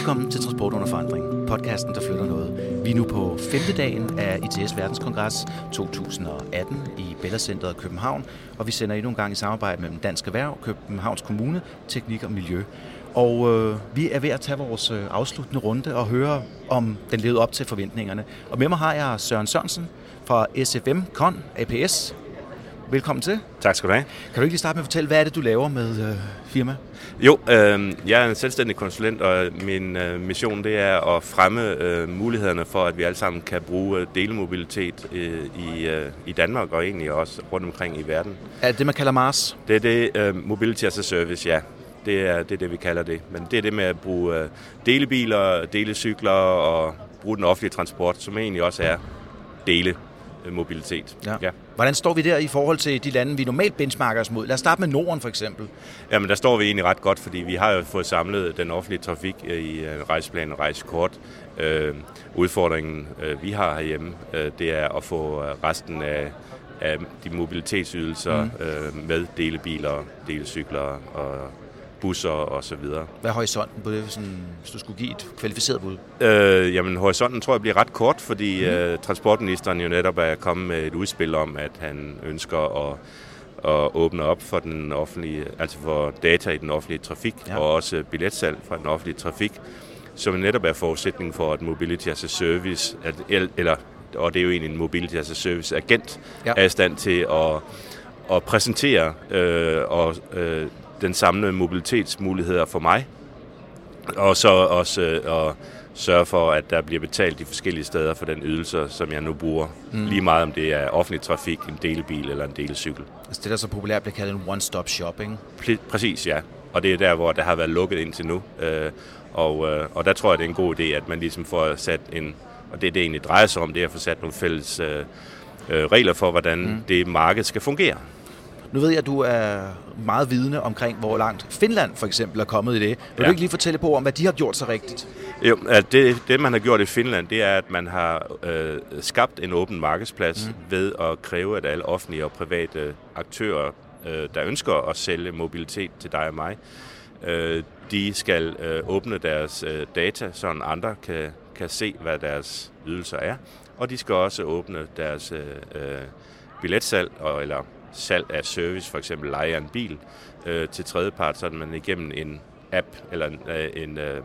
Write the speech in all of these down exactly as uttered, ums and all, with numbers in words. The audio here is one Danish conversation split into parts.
Velkommen til Transport under forandring, podcasten, der flytter noget. Vi er nu på femte dagen af I T S Verdenskongres to tusind atten i Bella Centeret i København, og vi sender endnu en gang i samarbejde mellem Dansk Erhverv, Københavns Kommune, Teknik og Miljø. Og øh, vi er ved at tage vores øh, afsluttende runde og høre, om den levede op til forventningerne. Og med mig har jeg Søren Sørensen fra S F M Con A P S. Velkommen til. Tak skal du have. Kan du ikke lige starte med at fortælle, hvad er det, du laver med øh, firma? Jo, øh, jeg er en selvstændig konsulent, og min øh, mission det er at fremme øh, mulighederne for, at vi alle sammen kan bruge øh, delemobilitet øh, i, øh, i Danmark og egentlig også rundt omkring i verden. Er det det, man kalder MaaS? Det er det, øh, Mobility as a Service, ja. Det er, det er det, vi kalder det. Men det er det med at bruge øh, delebiler, delecykler og bruge den offentlige transport, som egentlig også er dele. Mobilitet. Ja. Ja. Hvordan står vi der i forhold til de lande, vi normalt benchmarker os mod? Lad os starte med Norden for eksempel. Jamen der står vi egentlig ret godt, fordi vi har jo fået samlet den offentlige trafik i rejseplan og rejsekort. Øh, udfordringen øh, vi har herhjemme, øh, det er at få resten af, af de mobilitetsydelser mm. øh, med delebiler, delecykler og busser og så videre. Hvad er horisonten på det, sådan, hvis du skulle give et kvalificeret bud? Øh, jamen, horisonten tror jeg bliver ret kort, fordi mm. øh, transportministeren jo netop er kommet med et udspil om, at han ønsker at, at åbne op for den offentlige, altså for data i den offentlige trafik, ja. Og også billetsalg fra den offentlige trafik, som netop er forudsætning for, at Mobility as a Service, at, eller, og det er jo egentlig en Mobility as a Service agent, ja. Er i stand til at, at præsentere øh, og øh, den samlede mobilitetsmuligheder for mig, og så også øh, at sørge for, at der bliver betalt de forskellige steder for den ydelser, som jeg nu bruger. Mm. Lige meget om det er offentlig trafik, en delebil eller en delecykel. Altså det, der så populært bliver kaldt en one-stop shopping. Præ- præcis, ja. Og det er der, hvor der har været lukket indtil nu. Øh, og, øh, og der tror jeg, det er en god idé, at man ligesom får sat en, og det det egentlig drejer sig om, det er at få sat nogle fælles øh, øh, regler for, hvordan mm. det marked skal fungere. Nu ved jeg, at du er meget vidende omkring, hvor langt Finland for eksempel er kommet i det. Vil ja. Du ikke lige fortælle på, om hvad de har gjort så rigtigt? Jo, at det, det man har gjort i Finland, det er, at man har øh, skabt en åben markedsplads mm. ved at kræve, at alle offentlige og private aktører, øh, der ønsker at sælge mobilitet til dig og mig, øh, de skal øh, åbne deres øh, data, så andre kan, kan se, hvad deres ydelser er. Og de skal også åbne deres øh, øh, billetsalg, og, eller salg af service, for eksempel leje af en bil, øh, til tredjepart, så man igennem en app eller en, en, øh,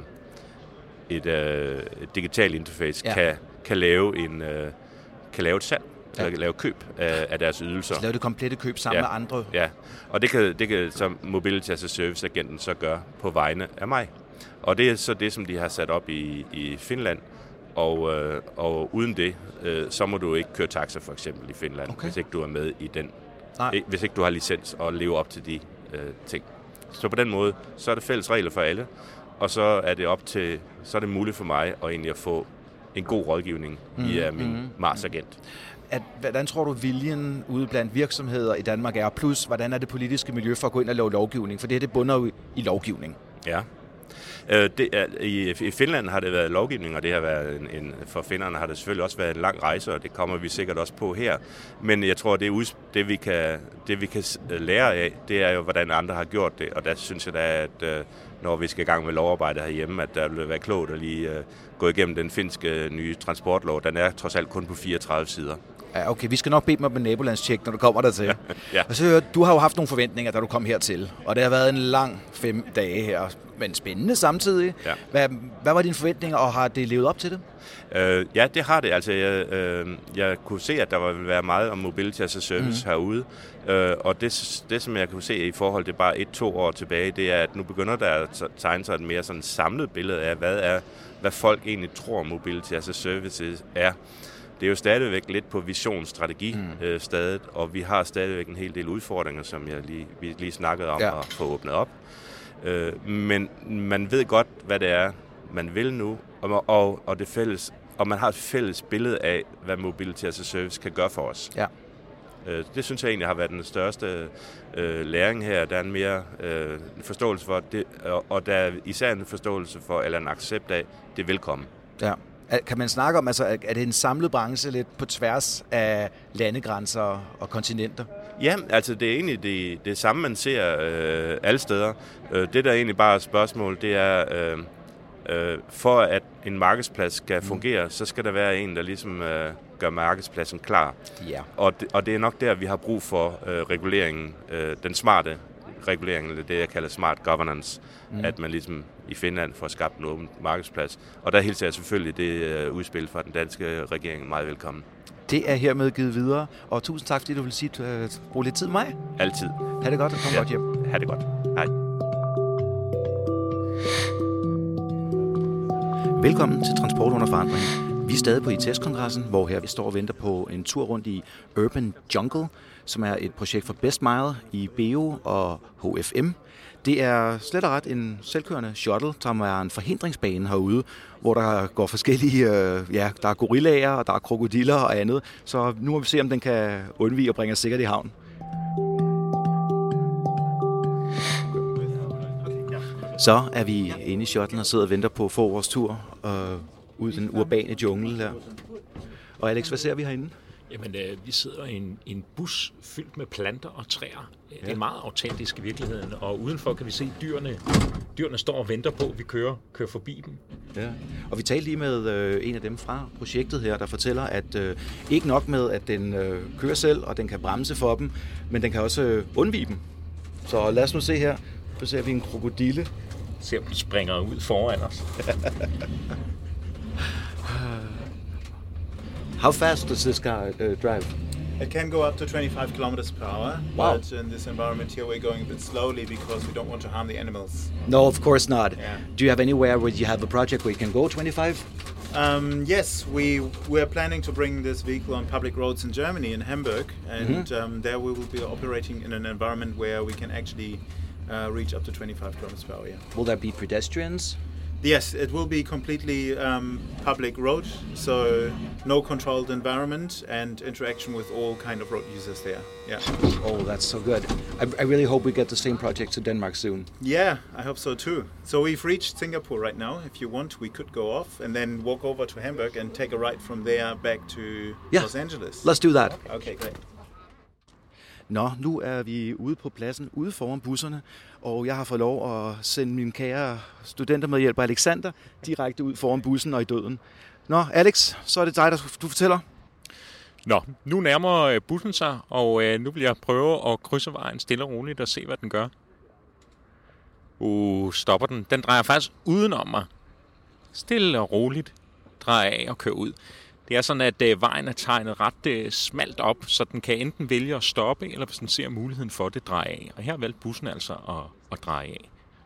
et, øh, et digitalt interface ja. kan, kan, lave en, øh, kan lave et salg, ja. Eller lave køb af, af deres ydelser. Så lave det komplette køb sammen ja. med andre. Ja, og det kan, det kan så Mobility as a Service-agenten så gøre på vegne af mig. Og det er så det, som de har sat op i, i Finland. Og, øh, og uden det, øh, så må du ikke køre taxa for eksempel i Finland, okay. hvis ikke du er med i den. Nej. Hvis ikke du har licens og lever op til de øh, ting. Så på den måde, så er det fælles regler for alle, og så er det op til, så er det muligt for mig at egentlig at få en god rådgivning mm. i uh, min mm. MaaS-agent. At, hvordan tror du, viljen ude blandt virksomheder i Danmark er? Plus, hvordan er det politiske miljø for at gå ind og lave lovgivning? For det her, det bunder jo i lovgivning. Ja. Det er, i, I Finland har det været lovgivning, og det har været en, en, for finnerne har det selvfølgelig også været en lang rejse, og det kommer vi sikkert også på her. Men jeg tror, det, det, vi, kan, det vi kan lære af, det er jo, hvordan andre har gjort det. Og der synes jeg da, at når vi skal i gang med lovarbejde herhjemme, at der vil være klogt at lige uh, gå igennem den finske nye transportlov. Den er trods alt kun på fireogtredive sider. Ja, okay, vi skal nok bede dem om en nabolandstjek, når du kommer dertil. Ja, ja. Og så, du har jo haft nogle forventninger, da du kom hertil, og det har været en lang fem dage her, men spændende samtidig. Ja. Hvad, hvad var dine forventninger, og har det levet op til det? Øh, ja, det har det. Altså, jeg, øh, jeg kunne se, at der ville være meget om Mobility as a Service mm. herude, øh, og det, det, som jeg kunne se i forhold til bare et-to år tilbage, det er, at nu begynder der at tegne sig et mere sådan samlet billede af, hvad, er, hvad folk egentlig tror, Mobility as a Service er. Det er jo stadigvæk lidt på visionsstrategi-stadiet, mm. øh, og vi har stadigvæk en hel del udfordringer, som jeg lige, vi lige snakkede om ja. At få åbnet op. Øh, men man ved godt, hvad det er, man vil nu, og, og, og, det fælles, og man har et fælles billede af, hvad Mobility as a Service kan gøre for os. Ja. Øh, det synes jeg egentlig har været den største øh, læring her. Der er en mere øh, forståelse for det, og, og der er især en forståelse for, eller en accept af, det er velkommen. Ja. Kan man snakke om, altså, er det en samlet branche lidt på tværs af landegrænser og kontinenter? Ja, altså det er egentlig det, det samme, man ser øh, alle steder. Øh, det, der er egentlig bare et spørgsmål, det er, øh, øh, for at en markedsplads skal fungere, mm. så skal der være en, der ligesom øh, gør markedspladsen klar. Ja. Og, det, og det er nok der, vi har brug for øh, reguleringen, øh, den smarte regulering, eller det jeg kalder smart governance, mm. at man ligesom i Finland får skabt en åben markedsplads. Og der hilser jeg selvfølgelig det øh, udspil fra den danske regering meget velkommen. Det er hermed givet videre, og tusind tak, fordi du vil sige, uh, bruge lidt tid med mig. Altid. Ha' det godt, og kom ja. godt hjem. Ha' det godt. Hej. Velkommen til Transport under forandring. Vi er stadig på I T E S-kongressen, hvor her vi står og venter på en tur rundt i Urban Jungle, som er et projekt for Best Mile i B O og H F M. Det er slet og ret en selvkørende shuttle, som er en forhindringsbane herude, hvor der går forskellige, øh, ja, der er gorillaer, og der er krokodiller og andet. Så nu må vi se, om den kan undvige og bringe os sikkert i havn. Så er vi inde i shuttlen og sidder og venter på at få vores tur øh, ud i den urbane jungle der. Og Alex, hvad ser vi herinde? Jamen, øh, vi sidder i en, en bus fyldt med planter og træer. Ja. Det er meget autentisk i virkeligheden, og udenfor kan vi se, at dyrene, dyrene står og venter på, at vi kører, kører forbi dem. Ja. Og vi talte lige med øh, en af dem fra projektet her, der fortæller, at øh, ikke nok med, at den øh, kører selv, og den kan bremse for dem, men den kan også øh, undvige dem. Så lad os nu se her. Så ser vi en krokodille. Se om de springer ud foran os. How fast does this car uh, drive? It can go up to twenty-five kilometers per hour, wow. But in this environment here we're going a bit slowly because we don't want to harm the animals. No, of course not. Yeah. Do you have anywhere where you have a project where you can go twenty-five? Um, yes, we we're planning to bring this vehicle on public roads in Germany, in Hamburg, and mm-hmm. um, there we will be operating in an environment where we can actually uh, reach up to twenty-five kilometers per hour. Yeah. Will there be pedestrians? Yes, it will be completely um, public road, so no controlled environment and interaction with all kind of road users there. Yeah. Oh, that's so good. I, I really hope we get the same project to Denmark soon. Yeah, I hope so too. So we've reached Singapore right now. If you want, we could go off and then walk over to Hamburg and take a ride from there back to yeah. Los Angeles. Let's do that. Okay, great. Nå, nu er vi ude på pladsen, ude foran busserne, og jeg har fået lov at sende min kære studentermedhjælper Alexander direkte ud foran bussen og i døden. Nå, Alex, så er det dig, der du fortæller. Nå, nu nærmer bussen sig, og øh, nu vil jeg prøve at krydse vejen stille og roligt og se, hvad den gør. Uh, stopper den. Den drejer faktisk udenom mig. Stille og roligt drejer af og kører ud. Det er sådan, at øh, vejen er tegnet ret øh, smalt op, så den kan enten vælge at stoppe, eller hvis den ser muligheden for det, dreje af. Og her valgte bussen altså at, at dreje af.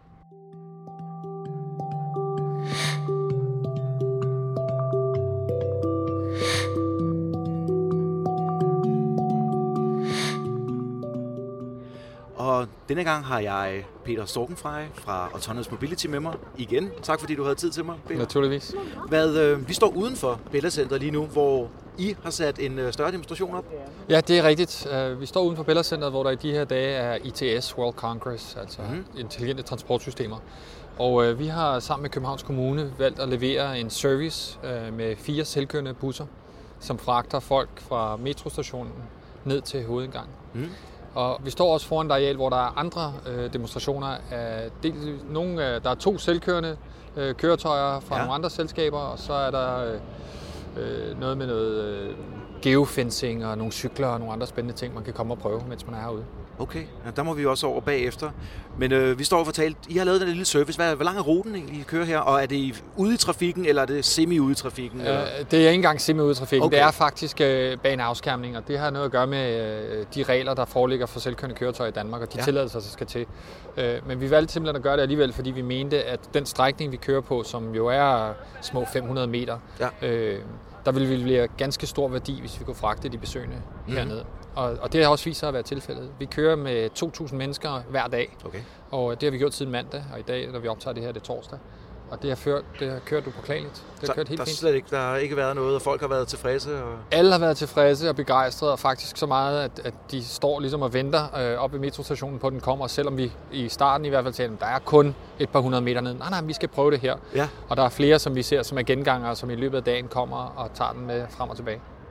Og denne gang har jeg Peter Storkenfrey fra Autonomous Mobility med mig igen. Tak fordi du havde tid til mig, Peter. Naturligvis. Hvad, øh, vi står uden for Bella Center lige nu, hvor I har sat en øh, større demonstration op. Ja, det er rigtigt. Uh, vi står uden for Bella Center, hvor der i de her dage er I T S World Congress, altså mm-hmm. intelligente transportsystemer. Og uh, vi har sammen med Københavns Kommune valgt at levere en service uh, med fire selvkørende busser, som fragter folk fra metrostationen ned til hovedindgangen. Mm. Og vi står også foran et areal, hvor der er andre øh, demonstrationer. Af, det, nogle, øh, der er to selvkørende øh, køretøjer fra ja. nogle andre selskaber, og så er der øh, noget med noget øh, geofencing og nogle cykler og nogle andre spændende ting, man kan komme og prøve, mens man er herude. Okay, ja, der må vi også over bagefter. Men øh, vi står og fortalt, I har lavet den lille service. Hvad, hvor lang er ruten egentlig, I kører her? Og er det ude i trafikken, eller er det semi-ude i trafikken? Øh, det er ikke engang semi-ude i trafikken. Okay. Det er faktisk øh, bag en afskærmning, og det har noget at gøre med øh, de regler, der foreligger for selvkørende køretøjer i Danmark, og de ja. tilladelser, der skal til. Øh, men vi valgte simpelthen at gøre det alligevel, fordi vi mente, at den strækning, vi kører på, som jo er små fem hundrede meter, ja. øh, der ville vi blive ganske stor værdi, hvis vi kunne fragte de besøgende mm. hernede. Og, og det har også vist sig at være tilfældet. Vi kører med to tusind mennesker hver dag, okay. og det har vi gjort siden mandag, og i dag, når vi optager det her, det er torsdag. Og det har, ført, det har kørt upåklageligt. Det har kørt helt der fint. Slet ikke, der har ikke været noget, og folk har været tilfredse? Og... Alle har været tilfredse og begejstrede, og faktisk så meget, at, at de står ligesom og venter øh, op ved metrostationen på, at den kommer. Selvom vi i starten i hvert fald sagde, at der er kun et par hundrede meter ned. Nej, nej, vi skal prøve det her. Ja. Og der er flere, som vi ser, som er gengangere, som i løbet af dagen kommer og tager den med frem og tilbage.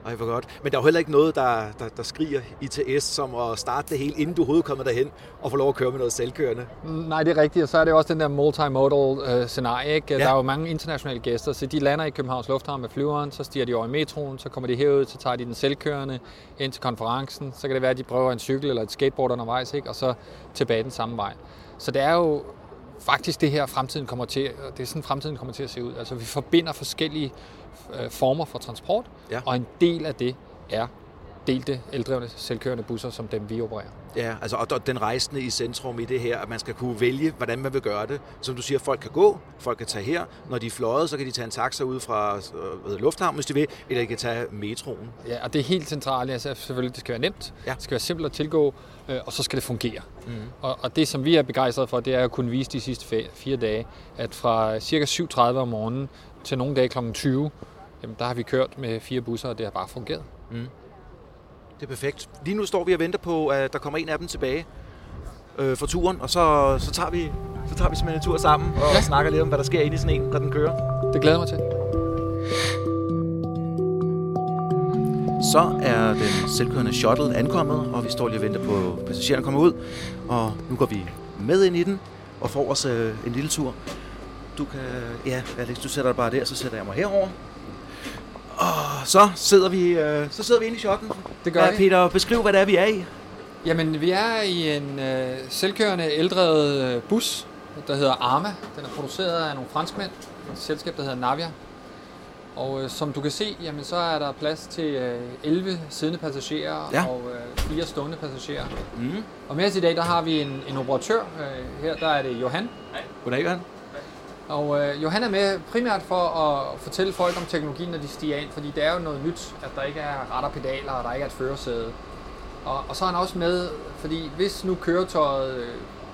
Ej, hvor godt. Men der er jo heller ikke noget, der, der, der skriger I T S som at starte det hele, inden du overhovedet kommer derhen og får lov at køre med noget selvkørende. Nej, det er rigtigt, og så er det også den der multimodal øh, scenarie, ikke? Ja. Der er jo mange internationale gæster, så de lander i Københavns Lufthavn med flyveren, så stiger de over i metroen, så kommer de herud, så tager de den selvkørende ind til konferencen, så kan det være, at de prøver en cykel eller et skateboard undervejs, ikke? Og så tilbage den samme vej. Så det er jo faktisk det her, fremtiden kommer til, det er sådan, fremtiden kommer til at se ud. Altså, vi forbinder forskellige øh, former for transport, ja. Og en del af det er delte, eldrevne, selvkørende busser, som dem vi opererer. Ja, altså og den rejsende i centrum i det her, at man skal kunne vælge, hvordan man vil gøre det. Som du siger, folk kan gå, folk kan tage her. Når de er fløjet, så kan de tage en taxa ud fra øh, lufthavn, hvis de vil, eller de kan tage metroen. Ja, og det er helt centralt. Altså, selvfølgelig, det skal være nemt, ja. Det skal være simpelt at tilgå, øh, og så skal det fungere. Mm-hmm. Og, og det, som vi er begejstrede for, det er at kunne vise de sidste fire dage, at fra cirka syv tredive om morgenen til nogle dage klokken tyve, jamen, der har vi kørt med fire busser, og det har bare fungeret. Mm. Det er perfekt. Lige nu står vi og venter på, at der kommer en af dem tilbage øh, fra turen, og så, så, tager vi, så tager vi simpelthen en tur sammen og ja. snakker lidt om, hvad der sker inde i sådan en, når den kører. Det glæder mig til. Så er den selvkørende shuttle ankommet, og vi står lige og venter på, at passagererne kommer ud. Og nu går vi med ind i den og får os øh, en lille tur. Du kan... Ja, Alex, du sætter dig bare der, så sætter jeg mig herover. Og så sidder vi, øh, så sidder vi inde i shuttlen. Det gør vi. Peter, beskriv, hvad det er, vi er i. Jamen, vi er i en øh, selvkørende, eldrevet øh, bus, der hedder Arma. Den er produceret af nogle franskmænd, et selskab, der hedder Navia. Og øh, som du kan se, jamen, så er der plads til øh, elleve siddende passagerer ja. og øh, fire stående passagerer. Mm. Og med os i dag, der har vi en, en operatør. Øh, her der er det Johan. Hej. Goddag, Johan. Og øh, Johan er med primært for at fortælle folk om teknologien, når de stiger ind, fordi det er jo noget nyt, at der ikke er ret og pedaler, og der ikke er et førersæde. Og, og så er han også med, fordi hvis nu køretøjet øh,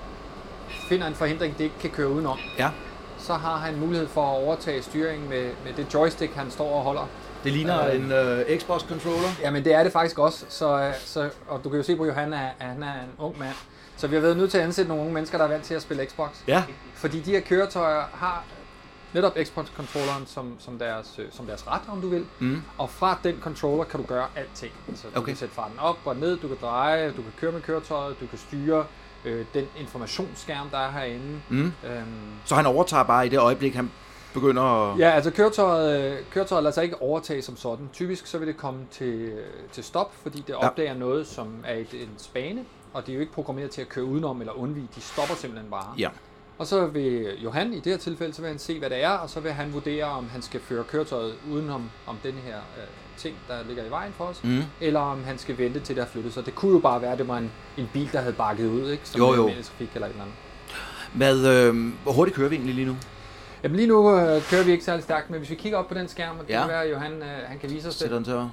finder en forhindring, det ikke kan køre udenom, ja. så har han mulighed for at overtage styringen med, med det joystick, han står og holder. Det ligner øh, en øh, Xbox-controller? Jamen det er det faktisk også, så, så, og du kan jo se på Johan, at han er en ung mand. Så vi har været nødt til at ansætte nogle unge mennesker, der er vant til at spille Xbox. Ja. Fordi de her køretøjer har netop Xbox-controlleren som, som, deres, som deres ret, om du vil. Mm. Og fra den controller kan du gøre alting. Så du okay. kan sætte farten op og ned, du kan dreje, du kan køre med køretøjet, du kan styre øh, den informationsskærm, der er herinde. Mm. Øhm, så han overtager bare i det øjeblik, han begynder at... Ja, altså køretøjet, køretøjet lader sig ikke overtage som sådan. Typisk så vil det komme til, til stop, fordi det opdager ja. noget, som er et, en spane. Og de er jo ikke programmeret til at køre udenom eller undvige. De stopper simpelthen bare. Ja. Og så vil Johan i det her tilfælde, så vil han se, hvad det er, og så vil han vurdere, om han skal føre køretøjet udenom om den her øh, ting, der ligger i vejen for os, mm. eller om han skal vente til det har flyttet sig. Det kunne jo bare være, at det var en, en bil, der havde bakket ud, ikke? Som jo, jo. En trafik eller et eller andet. Hvad, øh, hvor hurtigt kører vi egentlig lige nu? Jamen lige nu øh, kører vi ikke særlig stærkt, men hvis vi kigger op på den skærm, og det ja. kan være, at Johan øh, han kan vise os det.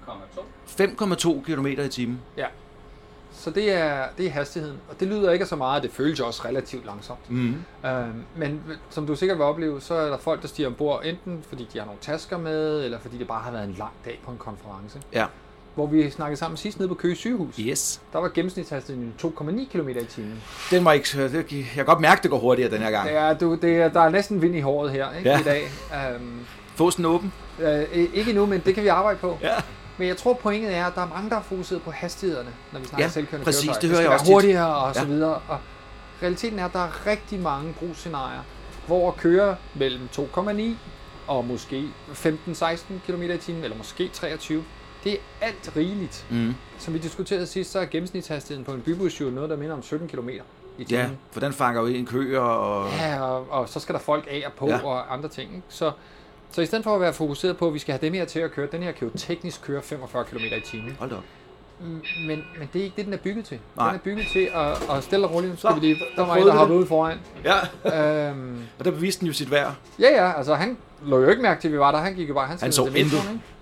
fem komma to kilometer i timen. Ja. Så det er, det er hastigheden, og det lyder ikke så meget, det føles jo også relativt langsomt. Mm. Øh, men som du sikkert vil opleve, så er der folk, der stiger ombord, enten fordi de har nogle tasker med, eller fordi det bare har været en lang dag på en konference. Ja. Hvor vi snakkede sammen sidst nede på Køge sygehus. Yes. Der var gennemsnitshastigheden to komma ni kilometer i timen. Den var ikke, det, jeg kan godt mærke, det går hurtigere den her gang. Ja, du, det, der er næsten vind i håret her, ikke, ja. i dag. Um, Fåsen åben? Øh, ikke endnu, men det kan vi arbejde på. Ja. Men jeg tror, pointet er, at der er mange, der er fokuseret på hastighederne, når vi snakker ja, selvkørende præcis, køretøjer. Det hører det jeg også hurtigere og ja. så videre. Og realiteten er, at der er rigtig mange brugsscenarier, hvor at køre mellem to komma ni og måske femten til seksten kilometer i timen, eller måske treogtyve. Det er alt rigeligt. Mm. Som vi diskuterede sidst, så er gennemsnitshastigheden på en bybus jo noget, der minder om sytten kilometer i timen. Ja, for den fanger jo i en kø og... Ja, og, og så skal der folk af og på ja. og andre ting. Ikke? Så, så i stedet for at være fokuseret på, at vi skal have dem her til at køre, den her kan jo teknisk køre femogfyrre kilometer i timen. Hold da op. Men, men det er ikke det, den er bygget til. Nej. Den er bygget til at, at stille og roligt. Så skal vi lige... Der var en, der hoppede ud foran. Ja, øhm, og der beviste den jo sit værd. Ja, ja, altså han lå jo ikke mærke til, at vi var der. Han gik jo bare... Han, han så intet.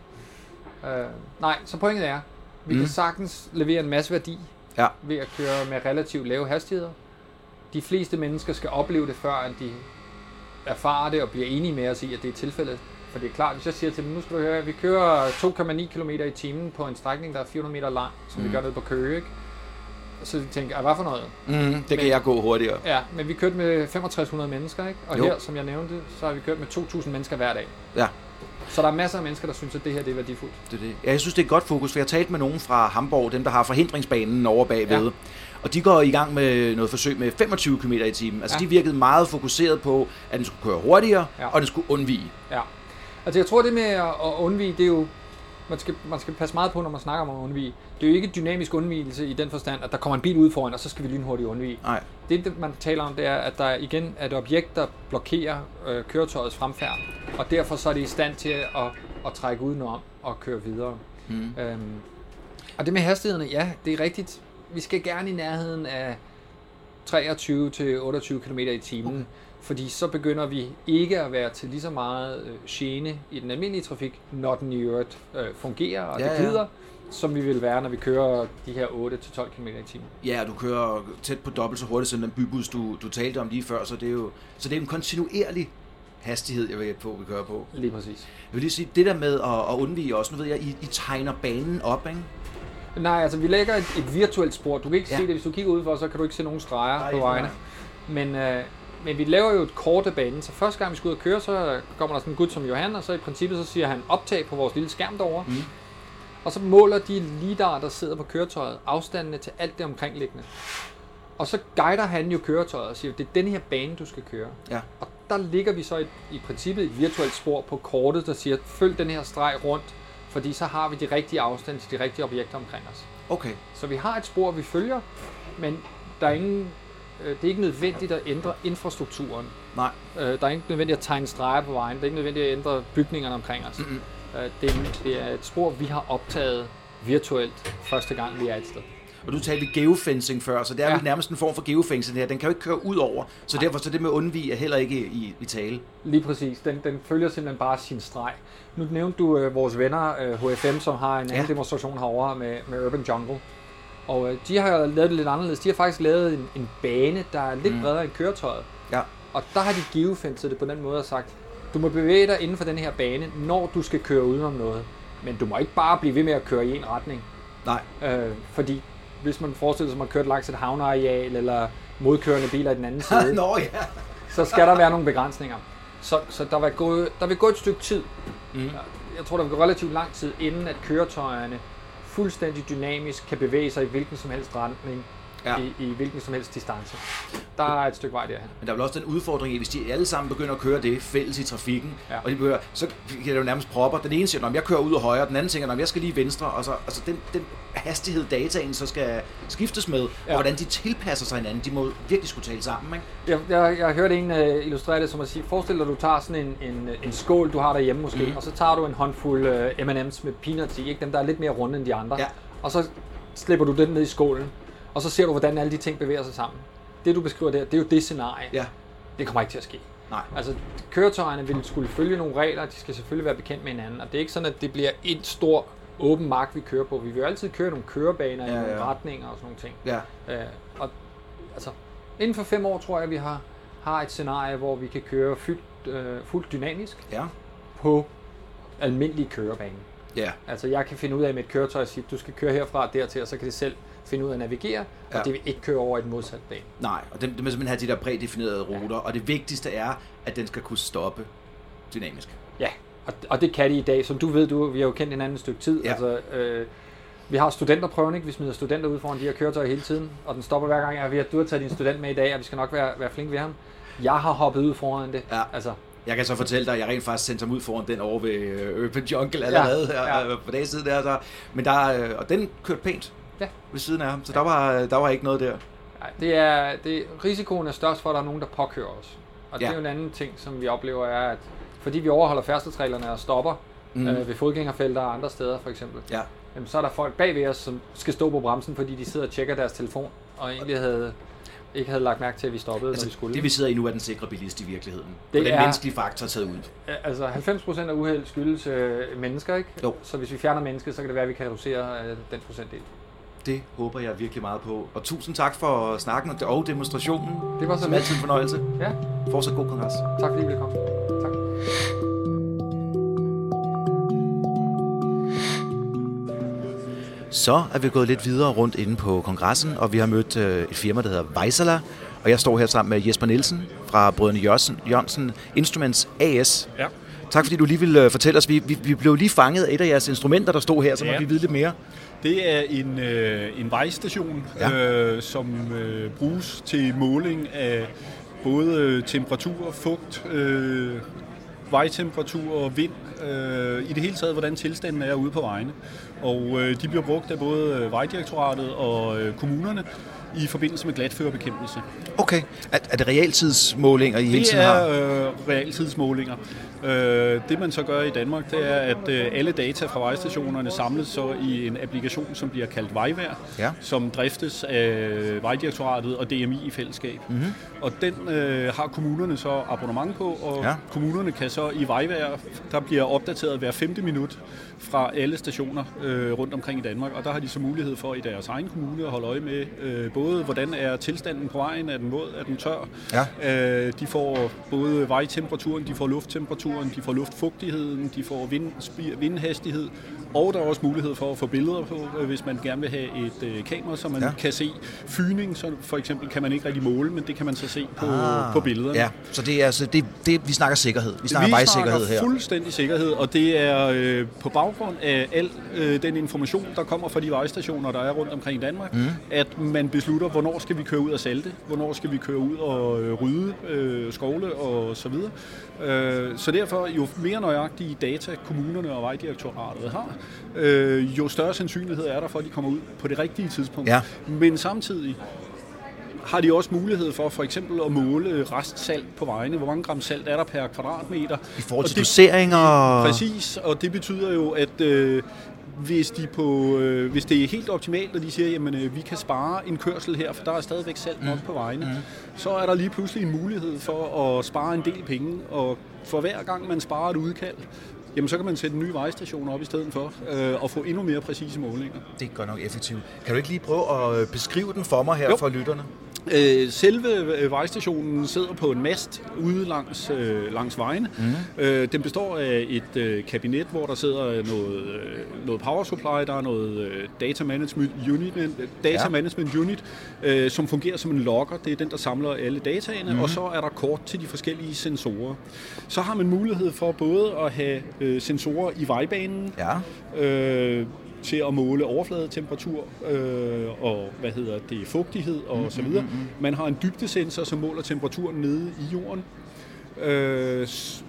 Øh, nej, så pointet er, vi mm. kan sagtens levere en masse værdi ja. ved at køre med relativt lave hastigheder. De fleste mennesker skal opleve det, før de erfarer det og bliver enige med os i, at det er tilfældet. For det er klart, hvis jeg siger til dem, nu skal du høre, at vi kører to komma ni kilometer i timen på en strækning, der er fire hundrede meter lang, som mm. vi gør nede på Køge, ikke? Så de tænker, hvad for noget? Mm, det men, kan jeg gå hurtigere. Ja, men vi kørte med tre tusind fem hundrede mennesker, ikke? Og jo. Her, som jeg nævnte, så har vi kørt med to tusind mennesker hver dag. Ja. Så der er masser af mennesker, der synes, at det her det er værdifuldt. Det er det. Ja, jeg synes, det er et godt fokus, for jeg har talt med nogen fra Hamburg, dem der har forhindringsbanen over bagved. Ja. Og de går i gang med noget forsøg med femogtyve kilometer i timen. Altså, ja. De virkede meget fokuseret på, at den skulle køre hurtigere, ja. Og den skulle undvige. Ja. Altså, jeg tror, det med at undvige, det er jo... Man skal, man skal passe meget på, når man snakker om at undvige. Det er jo ikke dynamisk undvigelse i den forstand, at der kommer en bil ud foran, og så skal vi lynhurtigt undvige. Nej. Det, man taler om, det er, at der igen er et objekt, der blokerer øh, køretøjets fremfærd. Og derfor så er det i stand til at, at trække udenom og køre videre. Mm. Øhm, og det med hastighederne, ja, det er rigtigt. Vi skal gerne i nærheden af treogtyve til otteogtyve kilometer i timen. Okay. Fordi så begynder vi ikke at være til lige så meget øh, gene i den almindelige trafik, når den i øvrigt øh, fungerer og ja, det glider, ja. Som vi vil være, når vi kører de her otte til tolv kilometer i timen. Ja, du kører tæt på dobbelt så hurtigt som den bybus, du, du talte om lige før, så det er jo så det er en kontinuerlig hastighed, jeg ved på, vi kører på. Lige præcis. Jeg vil lige sige, det der med at, at undvige også, nu ved jeg, I, I tegner banen op, ikke? Nej, altså vi lægger et, et virtuelt spor. Du kan ikke ja. se det, hvis du kigger udenfor, så kan du ikke se nogen streger nej, på vejene. Men... Øh, Men vi laver jo et kort af banen, så første gang vi skal ud og køre, så kommer der sådan en gut som Johan, og så i princippet så siger han optag på vores lille skærm derovre. Mm. Og så måler de lidar, der sidder på køretøjet, afstandene til alt det omkringliggende. Og så guider han jo køretøjet og siger, det er den her bane, du skal køre. Ja. Og der ligger vi så i, i princippet et virtuelt spor på kortet, der siger, følg den her streg rundt, fordi så har vi de rigtige afstande til de rigtige objekter omkring os. Okay. Så vi har et spor, vi følger, men der er ingen... Det er ikke nødvendigt at ændre infrastrukturen. Nej. Der er ikke nødvendigt at tegne streger på vejen. Det er ikke nødvendigt at ændre bygningerne omkring os. Mm-hmm. Det, er, det er et spor, vi har optaget virtuelt første gang, vi er et sted. Og du talte geofencing før, så det er ja. jo nærmest en form for geofencing her. Den kan jo ikke køre ud over, så Nej. derfor så det med undvige er heller ikke i, i tale. Lige præcis. Den, den følger simpelthen bare sin streg. Nu nævnte du øh, vores venner øh, H F M, som har en ja. anden demonstration herovre med, med Urban Jungle. Og øh, de har lavet det lidt anderledes. De har faktisk lavet en, en bane, der er lidt mm. bredere end køretøjet. Ja. Og der har de geofencet det på den måde og sagt, du må bevæge dig inden for den her bane, når du skal køre udenom noget. Men du må ikke bare blive ved med at køre i en retning. Nej. Øh, fordi hvis man forestiller sig, at man har kørt langs et havneareal, eller modkørende biler i den anden side, Nå, ja. så skal der være nogle begrænsninger. Så, så der, vil gå, der vil gå et stykke tid. Mm. Jeg tror, der vil gå relativt lang tid, inden at køretøjerne fuldstændig dynamisk kan bevæge sig i hvilken som helst retning, ja. i, i hvilken som helst distance. Der er et stykke vej derhen. Men der er vel også den udfordring i, hvis de alle sammen begynder at køre det fælles i trafikken, ja. og de begynder, så kan det jo nærmest propper. Den ene siger, at jeg kører ud og højre, den anden tænker, at jeg skal lige venstre, og så altså den, den hastighed, dataen så skal skiftes med, ja. og hvordan de tilpasser sig hinanden, de må virkelig skulle tale sammen, ikke? Jeg, jeg, jeg har hørt en uh, illustrere det som at sige, forestil dig, at du tager sådan en, en, en skål, du har derhjemme måske, mm. og så tager du en håndfuld uh, M and M's med peanuts i, ikke? Dem der er lidt mere runde end de andre, ja. og så slipper du den ned i skålen, og så ser du, hvordan alle de ting bevæger sig sammen. Det du beskriver der, det er jo det scenarie. Ja. Det kommer ikke til at ske. Nej. Altså, køretøjerne vil skulle følge nogle regler, de skal selvfølgelig være bekendt med hinanden, og det er ikke sådan, at det bliver et stor åben mark, vi kører på. Vi vil jo altid køre nogle kørebaner ja, i nogle ja. retninger og sådan nogle ting. Ja. Øh, og altså, inden for fem år tror jeg, at vi har, har et scenarie, hvor vi kan køre fyldt, øh, fuldt dynamisk ja. på almindelig kørebane. Ja. Altså, jeg kan finde ud af med et køretøj at sige, du skal køre herfra dertil, og så kan det selv finde ud af at navigere, og ja. det vil ikke køre over et modsat bane. Nej, og det, det må simpelthen have de der prædefinerede ruter, ja. og det vigtigste er, at den skal kunne stoppe dynamisk. Ja, og, og det kan de i dag. Som du ved, du, vi har jo kendt hinanden et stykke tid. Ja. Altså, øh, vi har studenterprøven, ikke? Vi smider studenter ud foran de her køretøjer hele tiden, og den stopper hver gang. Jeg ved, at du har taget din student med i dag, og vi skal nok være, være flink ved ham. Jeg har hoppet ud foran det. Ja. Altså, jeg kan så fortælle dig, at jeg rent faktisk sendte ham ud foran den over ved Urban Jungle allerede ja, ja. her på dagens side der. Så. Men der, og den kørte pænt. Ja. Ved siden af ham, så ja. der, var, der var ikke noget der. Nej, det er, det, risikoen er størst for, at der er nogen, der påkører os. Og ja. det er jo en anden ting, som vi oplever, er, at fordi vi overholder færdselsreglerne og stopper mm. øh, ved fodgængerfelter og andre steder for eksempel, ja. jamen, så er der folk bagved os, som skal stå på bremsen, fordi de sidder og tjekker deres telefon, og egentlig havde, ikke havde lagt mærke til, at vi stoppede, altså, når vi skulle. Det vi sidder i nu er den sikre bilist i virkeligheden. Det og den er, menneskelige faktor taget ud. Altså halvfems procent af uheld skyldes øh, mennesker, ikke? Jo. Så hvis vi fjerner mennesket, så kan det være, at vi kan reducere øh, den procentdel. Det håber jeg virkelig meget på. Og tusind tak for snakken og demonstrationen. Det var så som altid en fornøjelse. Ja. Fortsat god kongres. Tak fordi I ville komme. Tak. Så er vi gået lidt videre rundt inde på kongressen, og vi har mødt et firma, der hedder Vaisala. Og jeg står her sammen med Jesper Nielsen fra brødrene Jørgensen Instruments A S. Ja. Tak fordi du lige vil fortælle os. Vi, vi, vi blev lige fanget af et af jeres instrumenter, der stod her, så ja. må vi vide lidt mere. Det er en, øh, en vejstation, ja. øh, som øh, bruges til måling af både temperatur, fugt, øh, vejtemperatur og vind. Øh, I det hele taget, hvordan tilstanden er ude på vejene. Og øh, de bliver brugt af både Vejdirektoratet og øh, kommunerne i forbindelse med glatførebekæmpelse. Okay. Er, er det realtidsmålinger, I hele tiden har? Det er øh, realtidsmålinger. Øh, det man så gør i Danmark, det er, at øh, alle data fra vejstationerne samles så i en applikation, som bliver kaldt Vejvejr, ja. som driftes af Vejdirektoratet og D M I i fællesskab. Mm-hmm. Og den øh, har kommunerne så abonnement på, og ja. kommunerne kan så i Vejvejr, der bliver opdateret hver femte minut fra alle stationer øh, rundt omkring i Danmark, og der har de så mulighed for i deres egen kommune at holde øje med øh, både, hvordan er tilstanden på vejen, er den våd, er den tør. Ja. Øh, de får både vejtemperaturen, de får lufttemperaturen, de får luftfugtigheden, de får vind, vindhastighed, og der er også mulighed for at få billeder på, hvis man gerne vil have et øh, kamera, så man ja. kan se fyning, så for eksempel kan man ikke rigtig måle, men det kan man så se på, ah, på billederne. Ja, så det er altså, det, det, vi snakker sikkerhed, vi snakker vi vejsikkerhed her. Vi snakker fuldstændig sikkerhed, og det er øh, på baggrund af al øh, den information, der kommer fra de vejstationer, der er rundt omkring i Danmark, mm. at man beslutter, hvornår skal vi køre ud og salte, hvornår skal vi køre ud og øh, rydde øh, skovle og så videre. Øh, så derfor, jo mere nøjagtige data kommunerne og Vejdirektoratet har, øh, jo større sandsynlighed er der for, at de kommer ud på det rigtige tidspunkt. Ja. Men samtidig har de også mulighed for for eksempel at måle restsalt på vejene. Hvor mange gram salt er der per kvadratmeter? I forhold til doseringer? Præcis, og det betyder jo, at øh, hvis, de på, øh, hvis det er helt optimalt, og de siger, jamen øh, vi kan spare en kørsel her, for der er stadigvæk salt nok mm. på vejene, mm. så er der lige pludselig en mulighed for at spare en del penge, og for hver gang man sparer et udkald, jamen så kan man sætte en ny vejstation op i stedet for, øh, og få endnu mere præcise målinger. Det er godt nok effektivt. Kan du ikke lige prøve at beskrive den for mig her jo. for lytterne? Selve vejstationen sidder på en mast ude langs, langs vejen. Mm. Den består af et kabinet, hvor der sidder noget, noget power supply, der er noget data management unit, data ja. management unit som fungerer som en logger. Det er den, der samler alle dataene, mm. og så er der kort til de forskellige sensorer. Så har man mulighed for både at have sensorer i vejbanen, ja. øh, til at måle overfladetemperatur øh, og hvad hedder det, fugtighed og mm, så videre. Mm, mm. Man har en dybdesensor, som måler temperaturen nede i jorden. Øh,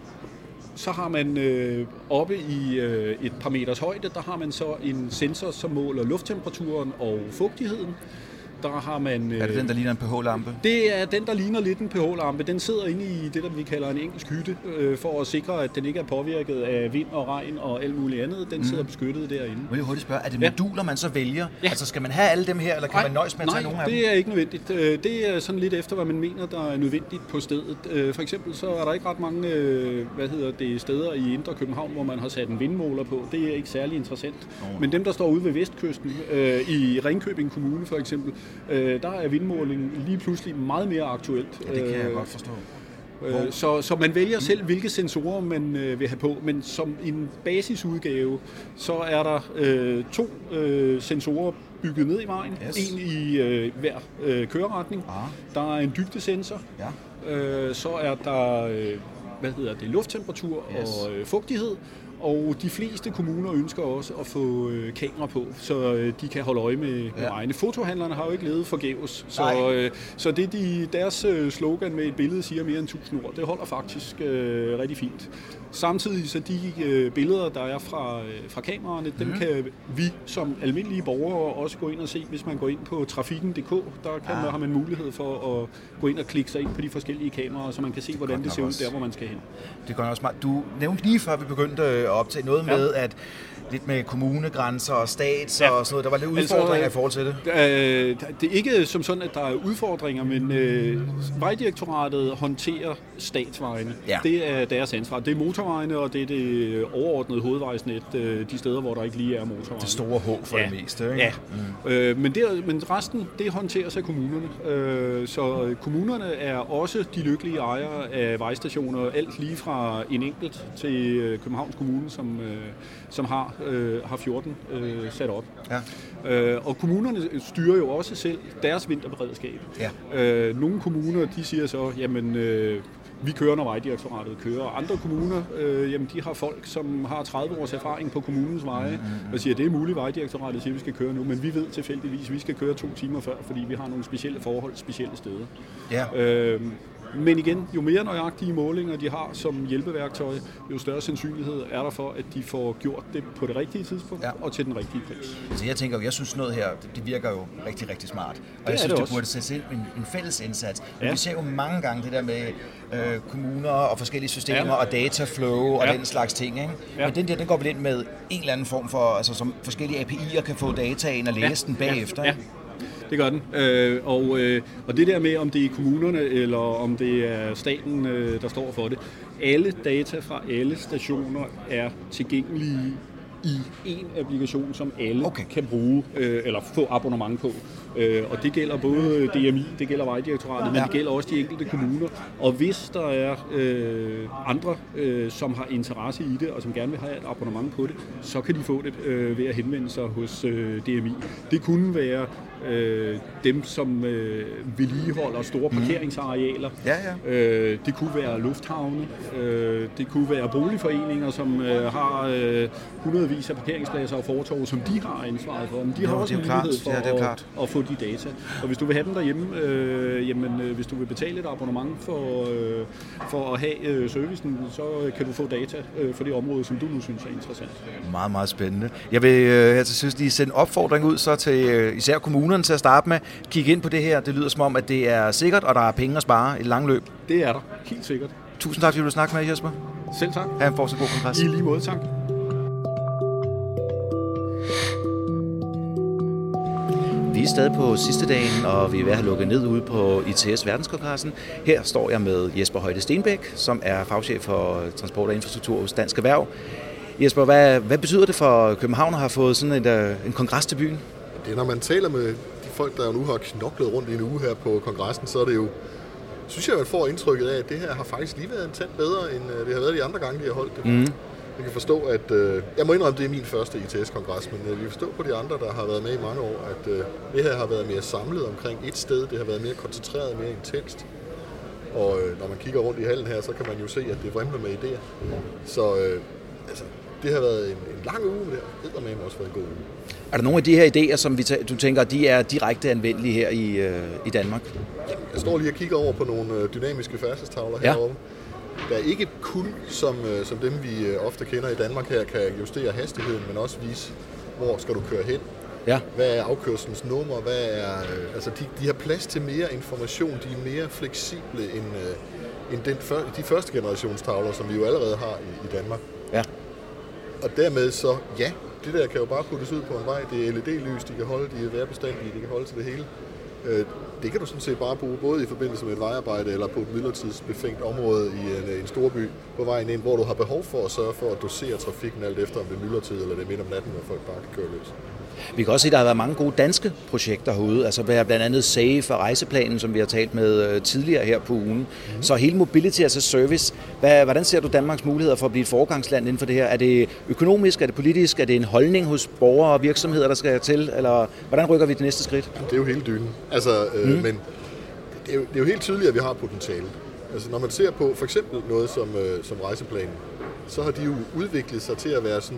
så har man øh, oppe i øh, et par meters højde, der har man så en sensor, som måler lufttemperaturen og fugtigheden. Der har man, er det den, der ligner en pH-lampe? Det er den, der ligner lidt en pH-lampe. Den sidder inde i det, der vi kalder en engelsk hytte, øh, for at sikre, at den ikke er påvirket af vind og regn og alt muligt andet. Den mm. sidder beskyttet derinde. Må jeg hurtigt spørge, er det moduler, ja. man så vælger? Ja. Altså skal man have alle dem her, eller kan nej, man nøjes med at tage nogle af dem? Nej, det er ikke nødvendigt. Det er sådan lidt efter, hvad man mener, der er nødvendigt på stedet. For eksempel så er der ikke ret mange hvad hedder det, steder i Indre København, hvor man har sat en vindmåler på. Det er ikke særlig interessant. Oh. Men dem, der står ude ved Vestkysten, øh, i Ringkøbing Kommune for eksempel, øh, der er vindmåling lige pludselig meget mere aktuelt. Ja, det kan jeg godt forstå. Øh, så, så man vælger selv, hvilke sensorer man øh, vil have på, men som en basisudgave, så er der øh, to øh, sensorer bygget ned i vejen. Yes. En i øh, hver øh, køreretning. Ah. Der er en dybdesensor. Ja. Øh, så er der øh, hvad hedder det, lufttemperatur yes. og øh, fugtighed. Og de fleste kommuner ønsker også at få øh, kamera på, så øh, de kan holde øje med, med ja. vejene. Fotohandlerne har jo ikke levet forgæves, så, øh, så det de, deres øh, slogan med et billede siger mere end tusind ord, det holder faktisk øh, rigtig fint. Samtidig så de øh, billeder, der er fra, øh, fra kameraerne, mm. dem kan vi som almindelige borgere også gå ind og se, hvis man går ind på trafikken punktum d k. Der kan, ah. har man mulighed for at gå ind og klikke sig ind på de forskellige kameraer, så man kan se, hvordan det, det ser ud der, hvor man skal hen. Det gør også smart. Du nævnte lige før vi begyndte at optage noget ja. med, at lidt med kommunegrænser og stats ja. og sådan noget. Der var lidt udfordringer altså, i forhold til det. Øh, det er ikke som sådan, at der er udfordringer, men øh, Vejdirektoratet håndterer statsvejene. Ja. Det er deres ansvar. Det er motorvejene, og det er det overordnede hovedvejsnet, øh, de steder, hvor der ikke lige er motorvejene. Det store H for ja. det meste, ikke? Ja. Mm. Øh, men, det, men resten, det håndteres af kommunerne. Øh, så kommunerne er også de lykkelige ejere af vejstationer, alt lige fra en enkelt til Københavns Kommune, som, øh, som har Øh, har fjorten øh, sat op. Ja. Øh, og kommunerne styrer jo også selv deres vinterberedskab. Ja. Øh, nogle kommuner, de siger så, jamen øh, Vi kører, når Vejdirektoratet kører. Andre kommuner, øh, jamen, de har folk, som har tredive års erfaring på kommunens veje, og siger, at det er muligt, Vejdirektoratet siger, at vi skal køre nu, men vi ved tilfældigvis, at vi skal køre to timer før, fordi vi har nogle specielle forhold, specielle steder. Ja. Øh, Men igen, jo mere nøjagtige målinger de har som hjælpeværktøj, jo større sandsynlighed er der for, at de får gjort det på det rigtige tidspunkt, ja, og til den rigtige pris. Så jeg tænker jo, jeg synes noget her, det virker jo rigtig, rigtig smart. Og jeg synes, det, det burde sættes ind en, en fælles indsats. Men ja. Vi ser jo mange gange det der med øh, kommuner og forskellige systemer, ja, og dataflow og ja, den slags ting. Ikke? Ja. Men den der, den går vel ind med en eller anden form for, altså som forskellige A P I'er kan få data ind og læse ja, den bagefter. Ja, ja. Det gør den. Øh, og, øh, og det der med, om det er kommunerne eller om det er staten, øh, der står for det. Alle data fra alle stationer er tilgængelige i en applikation, som alle okay. kan bruge øh, eller få abonnement på. Øh, og det gælder både D M I, det gælder Vejdirektoratet, ja, men det gælder også de enkelte kommuner. Og hvis der er øh, andre, øh, som har interesse i det, og som gerne vil have et abonnement på det, så kan de få det øh, ved at henvende sig hos øh, D M I. Det kunne være øh, dem, som øh, vedligeholder store parkeringsarealer. Ja, ja. Øh, det kunne være lufthavne. Øh, det kunne være boligforeninger, som øh, har øh, hundredvis af parkeringspladser og fortov, som de har ansvaret for. Men de har jo, også mulighed for ja, at, at få de data. Og hvis du vil have dem derhjemme, øh, jamen, øh, hvis du vil betale et abonnement for, øh, for at have øh, servicen, så kan du få data øh, for det område, som du nu synes er interessant. Meget, meget spændende. Jeg vil øh, her til sidst lige sende en opfordring ud så til øh, især kommunerne til at starte med. Kig ind på det her. Det lyder som om, at det er sikkert, og der er penge at spare i et langt løb. Det er der. Helt sikkert. Tusind tak, fordi du snakke med, Jesper. Selv tak. Ha' en fortsat god kongres. I lige måde, tak. Vi er stadig på sidste dagen, og vi er ved at have lukket ned ude på I T S Verdenskongressen. Her står jeg med Jesper Højde Stenbæk, som er fagchef for transport og infrastruktur hos Dansk Erhverv. Jesper, hvad, hvad betyder det for København at have fået sådan et, en kongres til byen? Det er, når man taler med de folk, der nu har knoklet rundt i en uge her på kongressen, så er det jo, synes jeg, at man får indtrykket af, at det her har faktisk lige været en tand bedre, end det har været de andre gange, de har holdt det. Mm. Jeg kan forstå, at øh, jeg må indrømme, at det er min første I T S-kongres, men øh, vi kan forstå på de andre, der har været med i mange år, at øh, det her har været mere samlet omkring et sted. Det har været mere koncentreret, mere intenst. Og øh, når man kigger rundt i hallen her, så kan man jo se, at det vrimler med idéer. Så øh, altså, det har været en, en lang uge, men det har eddermame også været en god uge. Er der nogle af de her idéer, som vi t- du tænker, de er direkte anvendelige her i, øh, i Danmark? Jamen, jeg står lige og kigger over på nogle øh, dynamiske færdselstavler ja. herovre. Der er ikke kun, som, som dem vi ofte kender i Danmark her, kan justere hastigheden, men også vise, hvor skal du køre hen. Ja. Hvad er afkørslens nummer? Hvad er, altså de, de har plads til mere information, de er mere fleksible end, end den, de første generationstavler, som vi jo allerede har i, i Danmark. Ja. Og dermed så, ja, det der kan jo bare puttes ud på en vej. Det er L E D-lys, de kan holde, de er vejrbestandige, de kan holde til det hele. Det kan du sådan set bare bruge både i forbindelse med et vejarbejde eller på et midlertidsbefængt område i en, en storby på vejen ind, hvor du har behov for at sørge for at dosere trafikken alt efter, om det er myldretid eller det er midt om natten, hvor folk bare kan køre løs. Vi kan også se, at der har været mange gode danske projekter herude, altså blandt andet SAFE og rejseplanen, som vi har talt med tidligere her på ugen. Mm. Så hele Mobility as a Service, hvad, hvordan ser du Danmarks muligheder for at blive et foregangsland inden for det her? Er det økonomisk, er det politisk, er det en holdning hos borgere og virksomheder, der skal til, eller hvordan rykker vi det næste skridt? Det er jo hele dynen, altså, øh, mm. men det er, jo, det er jo helt tydeligt, at vi har potentiale. Altså, når man ser på for eksempel noget som, øh, som rejseplanen, så har de jo udviklet sig til at være sådan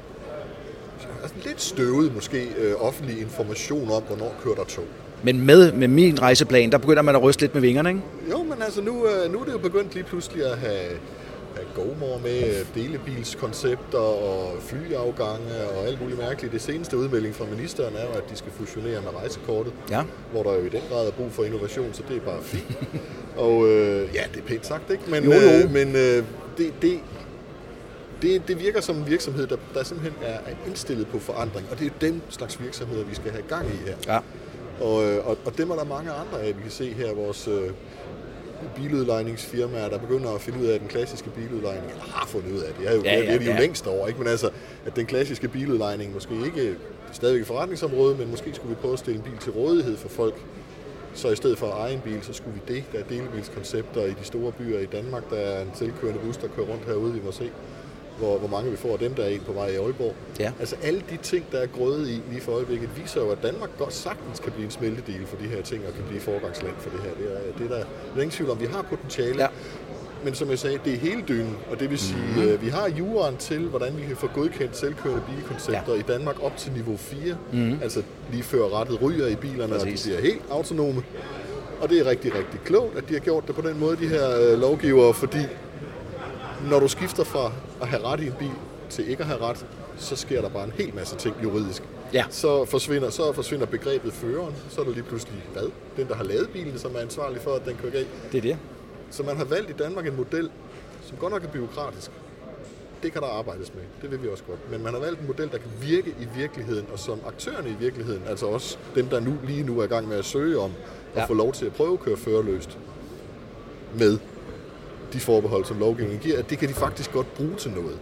altså lidt støvet måske øh, offentlig information om, hvornår kører der tog. Men med, med min rejseplan, der begynder man at ryste lidt med vingerne, ikke? Jo, men altså nu, øh, nu er det jo begyndt lige pludselig at have, have GoMore med delebilskoncepter og flyafgange og alt muligt mærkeligt. Det seneste udmelding fra ministeren er jo, at de skal fusionere med rejsekortet, ja. Hvor der jo i den grad er brug for innovation, så det er bare fint. Og øh, ja, det er pænt sagt, ikke? Men, jo, jo. Øh, men øh, det... det Det, det virker som en virksomhed, der, der simpelthen er indstillet på forandring, og det er den slags virksomheder, vi skal have gang i her. Ja. Og, og, og dem er der mange andre af. Vi kan se her vores øh, biludlejningsfirmaer, der begynder at finde ud af, at den klassiske biludlejning, eller har fundet ud af det, er jo, ja, ja, det er de jo ja. længst over, ikke? Men altså, at den klassiske biludlejning måske ikke, det er stadigvæk et forretningsområde, men måske skulle vi prøve at stille en bil til rådighed for folk. Så i stedet for at eje en bil, så skulle vi det. Der er delebilskoncepter i de store byer i Danmark. Der er en selvkørende bus, der kører rundt herude, vi må se. Hvor, hvor mange vi får af dem, der er en på vej i Aalborg. Ja. Altså alle de ting, der er grødet i lige for øjeblikket, viser jo, at Danmark godt sagtens kan blive en smeltedel for de her ting, og kan blive foregangsland for det her. Det er, det er der, der er ingen tvivl om. Vi har potentiale. Ja. men som jeg sagde, det er hele dynen, og det vil sige, mm-hmm. øh, vi har juraen til, hvordan vi kan få godkendt selvkørende bilkoncepter ja. i Danmark op til niveau fire, mm-hmm. altså lige før rettet ryger i bilerne, Præcis. og de bliver helt autonome. Og det er rigtig, rigtig klogt, at de har gjort det på den måde, de her øh, lovgivere, fordi når du skifter fra at have ret i en bil til ikke at have ret, så sker der bare en hel masse ting juridisk. Ja. Så, forsvinder, så forsvinder begrebet føreren, så er der lige pludselig hvad? Den, der har lavet bilen, som er ansvarlig for, at den kører galt. Det er det. Så man har valgt i Danmark en model, som godt nok er bureaukratisk. Det kan der arbejdes med, det vil vi også godt. Men man har valgt en model, der kan virke i virkeligheden, og som aktørerne i virkeligheden, altså også dem, der nu lige nu er i gang med at søge om at ja. få lov til at prøve at køre førerløst med de forbehold, som lovgivningen giver, at det kan de faktisk godt bruge til noget.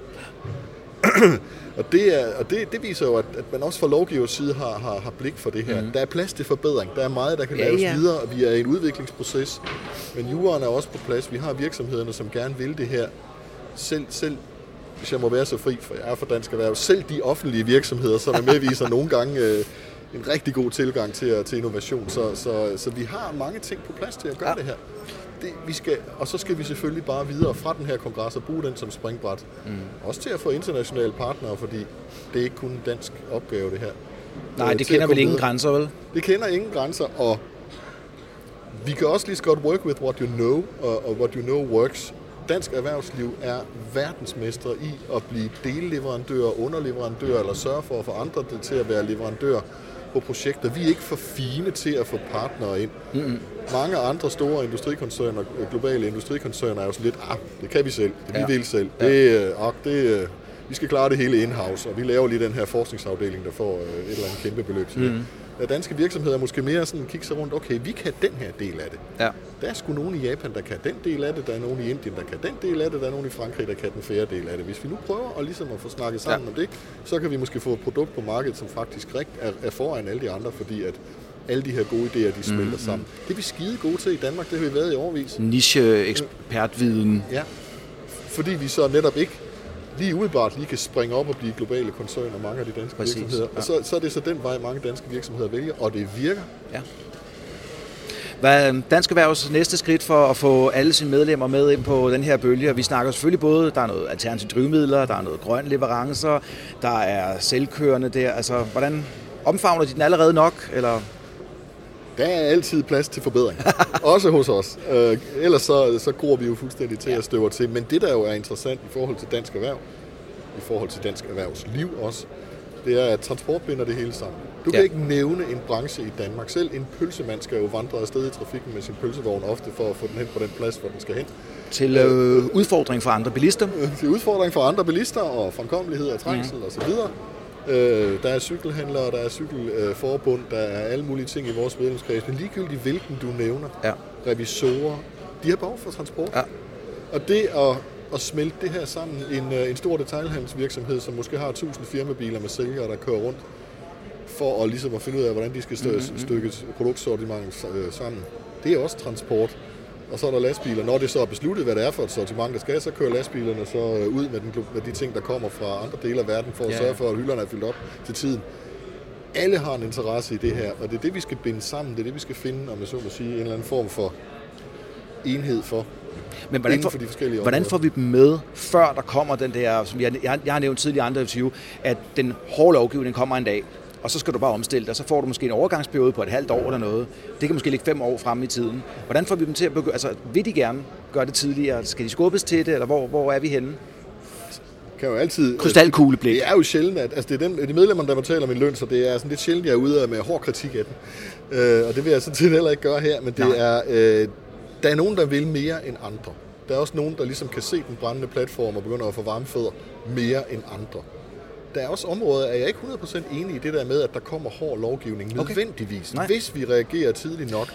og det, er, og det, det viser jo, at, at man også fra lovgivers side har, har, har blik for det her. Mm. Der er plads til forbedring. Der er meget, der kan ja, laves ja. videre, og vi er i en udviklingsproces. Men juraen er også på plads. Vi har virksomhederne, som gerne vil det her. Selv, selv hvis jeg må være så fri, for jeg er for Dansk Erhverv, selv de offentlige virksomheder, som er med, viser nogle gange øh, en rigtig god tilgang til, til innovation. Så, så, så vi har mange ting på plads til at gøre ja. det her. Det, vi skal, og så skal vi selvfølgelig bare videre fra den her kongres og bruge den som springbræt. Mm. Også til at få internationale partnere, fordi det er ikke kun en dansk opgave, det her. Nej, det kender vel ingen grænser, vel? Det kender ingen grænser, og vi kan også lige så godt work with what you know, og, og what you know works. Dansk erhvervsliv er verdensmestre i at blive delleverandør, underleverandør, eller sørge for at få andre til at være leverandør på projekter. Vi er ikke for fine til at få partnere ind. Mm-hmm. Mange andre store industrikoncerner, globale industrikoncerner er jo sådan lidt, ah, det kan vi selv, det vi ja. vil selv. Ja. Det, ah, det, vi skal klare det hele in-house, og vi laver lige den her forskningsafdeling, der får et eller andet kæmpe beløb til mm-hmm. det. Danske virksomheder måske mere sådan kigge sig rundt, okay, vi kan den her del af det. Ja. Der er sgu nogen i Japan, der kan den del af det, der er nogen i Indien, der kan den del af det, der er nogen i Frankrig, der kan den fjerde del af det. Hvis vi nu prøver at, ligesom at få snakket sammen ja. om det, så kan vi måske få et produkt på markedet, som faktisk er, er foran alle de andre, fordi at alle de her gode idéer, de smelter mm-hmm. sammen. Det er vi skide gode til i Danmark, det har vi været i årevis. Niche-ekspertviden. Ja, fordi vi så netop ikke lige umiddelbart lige kan springe op og blive globale koncerner, mange af de danske Præcis, virksomheder. Ja. Og så, så er det så den vej, mange danske virksomheder vælger, og det virker. Ja. Hvad er Dansk Erhvervs næste skridt for at få alle sine medlemmer med ind på den her bølge? Vi snakker selvfølgelig både, der er noget alternative drivmidler, der er noget grøn leverancer, der er selvkørende der. Altså, hvordan omfavner de den allerede nok, eller? Der er altid plads til forbedring, også hos os. Øh, ellers så, så gror vi jo fuldstændig til ja. at støve til. Men det, der jo er interessant i forhold til dansk erhverv, i forhold til dansk erhvervsliv også, det er, at transport binder det hele sammen. Du kan ja. ikke nævne en branche i Danmark. Selv en pølsemand skal jo vandre afsted i trafikken med sin pølsevogn ofte for at få den hen på den plads, hvor den skal hen. Til øh, udfordring for andre bilister? Til udfordring for andre bilister og fremkommelighed og trængsel mm. osv. Øh, der er cykelhandlere, der er cykelforbund, der er alle mulige ting i vores medlemskreds, men ligegyldigt hvilken du nævner, ja. revisorer, de har behov for transport. Ja. Og det at, at smelte det her sammen, en, en stor detailhandelsvirksomhed, som måske har tusind firmabiler med sælgere, der kører rundt, for at, ligesom at finde ud af, hvordan de skal stø- mm-hmm. stykke produktsortiment sammen, det er også transport. Og så er der lastbiler. Når det så er besluttet, hvad det er for et sortiment, der skal, så kører lastbilerne så ud med, den, med de ting, der kommer fra andre dele af verden, for at ja. sørge for, at hylderne er fyldt op til tiden. Alle har en interesse i det her, og det er det, vi skal binde sammen. Det er det, vi skal finde, om jeg så må sige, en eller anden form for enhed for. Men hvordan, for, for de forskellige hvordan får vi dem med, før der kommer den der, som jeg, jeg, jeg har nævnt tidligere i andre interview, at den hårde lovgivning kommer en dag, og så skal du bare omstille dig, og så får du måske en overgangsperiode på et halvt år eller noget. Det kan måske ligge fem år frem i tiden. Hvordan får vi dem til at begynde? Altså, vil de gerne gøre det tidligere? Skal de skubbes til det, eller hvor, hvor er vi henne? Kan jo altid... Krystalkugleblik. Det er jo sjældent, at altså det er dem, de medlemmer, der betaler min løn, så det er sådan lidt sjældent, jeg er ude med hård kritik af den. Øh, og det vil jeg sådan set heller ikke gøre her, men det Nej. er... Øh, der er nogen, der vil mere end andre. Der er også nogen, der ligesom kan se den brændende platform og begynder at få varme fødder mere end andre. Der er også områder, at jeg ikke hundrede procent enig i det der med, at der kommer hård lovgivning okay. nødvendigvis. Nej. Hvis vi reagerer tidligt nok,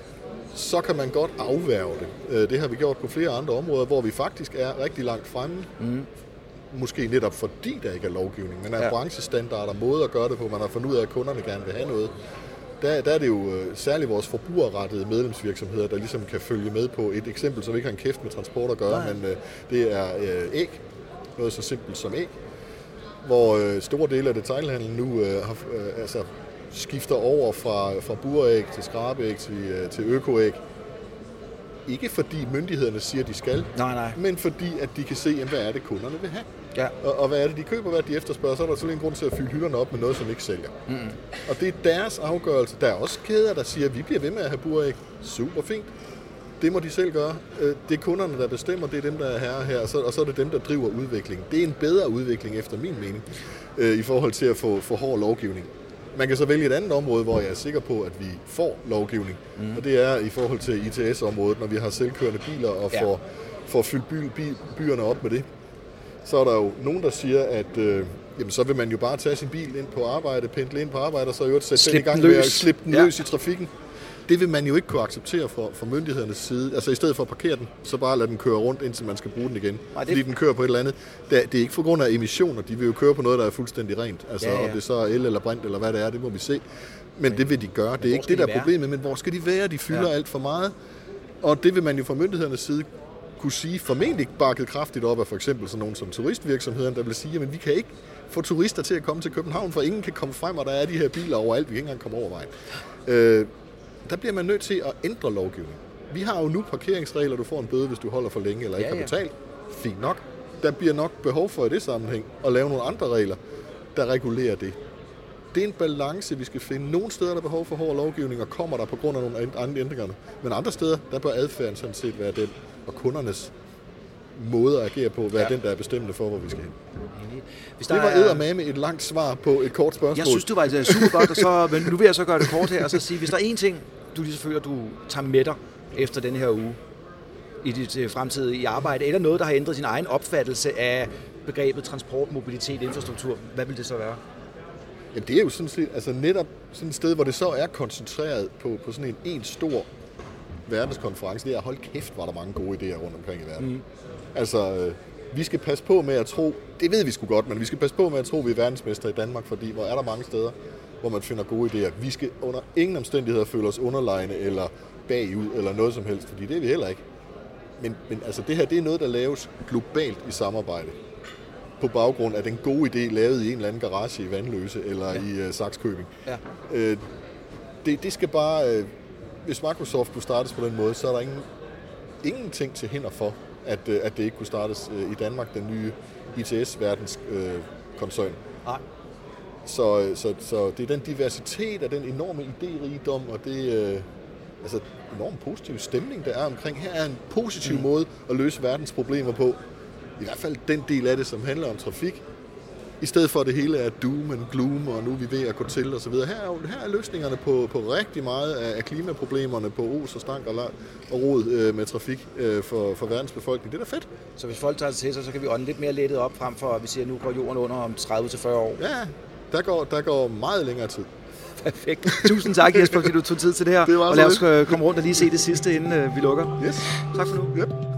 så kan man godt afværge det. Det har vi gjort på flere andre områder, hvor vi faktisk er rigtig langt fremme. Mm. Måske netop fordi der ikke er lovgivning, men er ja. branchestandarder, måder at gøre det på, man har fundet ud af, at kunderne gerne vil have noget. Der, der er det jo særligt vores forbrugerrettede medlemsvirksomheder, der ligesom kan følge med på et eksempel, som ikke har en kæft med transport at gøre, Nej. men øh, det er øh, æg. Noget så simpelt som æg. Hvor øh, store dele af detailhandlen nu øh, har, øh, altså, skifter over fra, fra buræg til skrabeæg til, øh, til økoæg. ikke fordi myndighederne siger, de skal, nej, nej. men fordi, at de kan se, jamen, hvad er det, kunderne vil have. Ja. Og, og hvad er det, de køber, hvad de efterspørger, så er der selvfølgelig en grund til at fylde hylderne op med noget, som ikke sælger. Mm. Og det er deres afgørelse. Der er også kæder, der siger, at vi bliver ved med at have buræg. Super fint. Det må de selv gøre. Det er kunderne, der bestemmer, det er dem, der er herre her, og så, og så er det dem, der driver udviklingen. Det er en bedre udvikling, efter min mening, i forhold til at få, få hård lovgivning. Man kan så vælge et andet område, hvor jeg er sikker på, at vi får lovgivning. Mm. Og det er i forhold til I T S-området, når vi har selvkørende biler og får, ja. får fyldt by, by, byerne op med det. Så er der jo nogen, der siger, at øh, jamen, så vil man jo bare tage sin bil ind på arbejde, pendle ind på arbejde, og så jo sætte Slip den i gang løs. med at slippe den ja. løs i trafikken. Det vil man jo ikke kunne acceptere fra, fra myndighedernes side. Altså i stedet for at parkere den, så bare lade den køre rundt, indtil man skal bruge den igen. Nej, det... Fordi den kører på et eller andet. Det er, det er ikke for grund af emissioner. De vil jo køre på noget, der er fuldstændig rent. Altså ja, ja. om det så er el eller brint, eller hvad det er, det må vi se. Men det vil de gøre. Det er ikke det, der er problemet. Men hvor skal de være? De fylder ja. alt for meget. Og det vil man jo fra myndighedernes side kunne sige, formentlig bakket kraftigt op af for eksempel sådan nogen som turistvirksomheden, der vil sige, at vi kan ikke få turister til at komme til København, for ingen kan komme frem, og der er de her biler overalt. Vi kan ikke engang komme over vejen. Øh, Der bliver man nødt til at ændre lovgivningen. Vi har jo nu parkeringsregler, du får en bøde, hvis du holder for længe eller ikke ja, ja. har betalt. Fint nok. Der bliver nok behov for i det sammenhæng at lave nogle andre regler, der regulerer det. Det er en balance, vi skal finde. Nogle steder der er behov for hård lovgivning, og kommer der på grund af nogle andre ændringer. Men andre steder, der bør adfærden sådan set være den, og kundernes måde at agere på, være ja. den, der er bestemmende for, hvor vi skal hen. Hvis der det var eddermame et langt svar på et kort spørgsmål. Jeg synes, du var super godt, og så, men nu vil jeg så gøre det kort her, og så sige, hvis der er en ting, du lige så føler, du tager med dig efter denne her uge i dit fremtidige arbejde, eller noget, der har ændret sin egen opfattelse af begrebet transport, mobilitet, infrastruktur, hvad vil det så være? Jamen, det er jo sådan set, altså netop sådan et sted, hvor det så er koncentreret på, på sådan en, en stor verdenskonference, det er, hold kæft, var der mange gode idéer rundt omkring i verden. Mm. Altså, øh, vi skal passe på med at tro, det ved vi sgu godt, men vi skal passe på med at tro, at vi er verdensmester i Danmark, fordi hvor er der mange steder, hvor man finder gode idéer. Vi skal under ingen omstændigheder føle os underlegne eller bagud eller noget som helst, fordi det er vi heller ikke. Men, men altså, det her, det er noget, der laves globalt i samarbejde. På baggrund af den gode idé, lavet i en eller anden garage i Vandløse eller ja. i uh, Sakskøbing. Ja. Øh, det, det skal bare... Øh, hvis Microsoft kunne startes på den måde, så er der ingen, ingenting til hinder for, at, øh, at det ikke kunne startes øh, i Danmark, den nye I T S-verdenskoncern. Øh, Nej. Så, så, så det er den diversitet og den enorme idérigdom og det øh, altså, enormt positive stemning, der er omkring. Her er en positiv mm. måde at løse verdens problemer på. I hvert fald den del af det, som handler om trafik. I stedet for, at det hele er doom and gloom, og nu er vi ved at gå til osv. Her er, her er løsningerne på, på rigtig meget af klimaproblemerne, på os og stank og, la- og rod øh, med trafik øh, for, for verdens befolkning. Det er da fedt. Så hvis folk tager sig til sig, så kan vi ånde lidt mere lettet op, frem for at vi siger, at nu går jorden under om tredive til fyrre år. Ja, der går, der går meget længere tid. Perfekt. Tusind tak, Jesper, fordi du tog tid til det her. Det var og lad os lidt. komme rundt og lige se det sidste, inden øh, vi lukker. Yes. Tak for nu. Yep.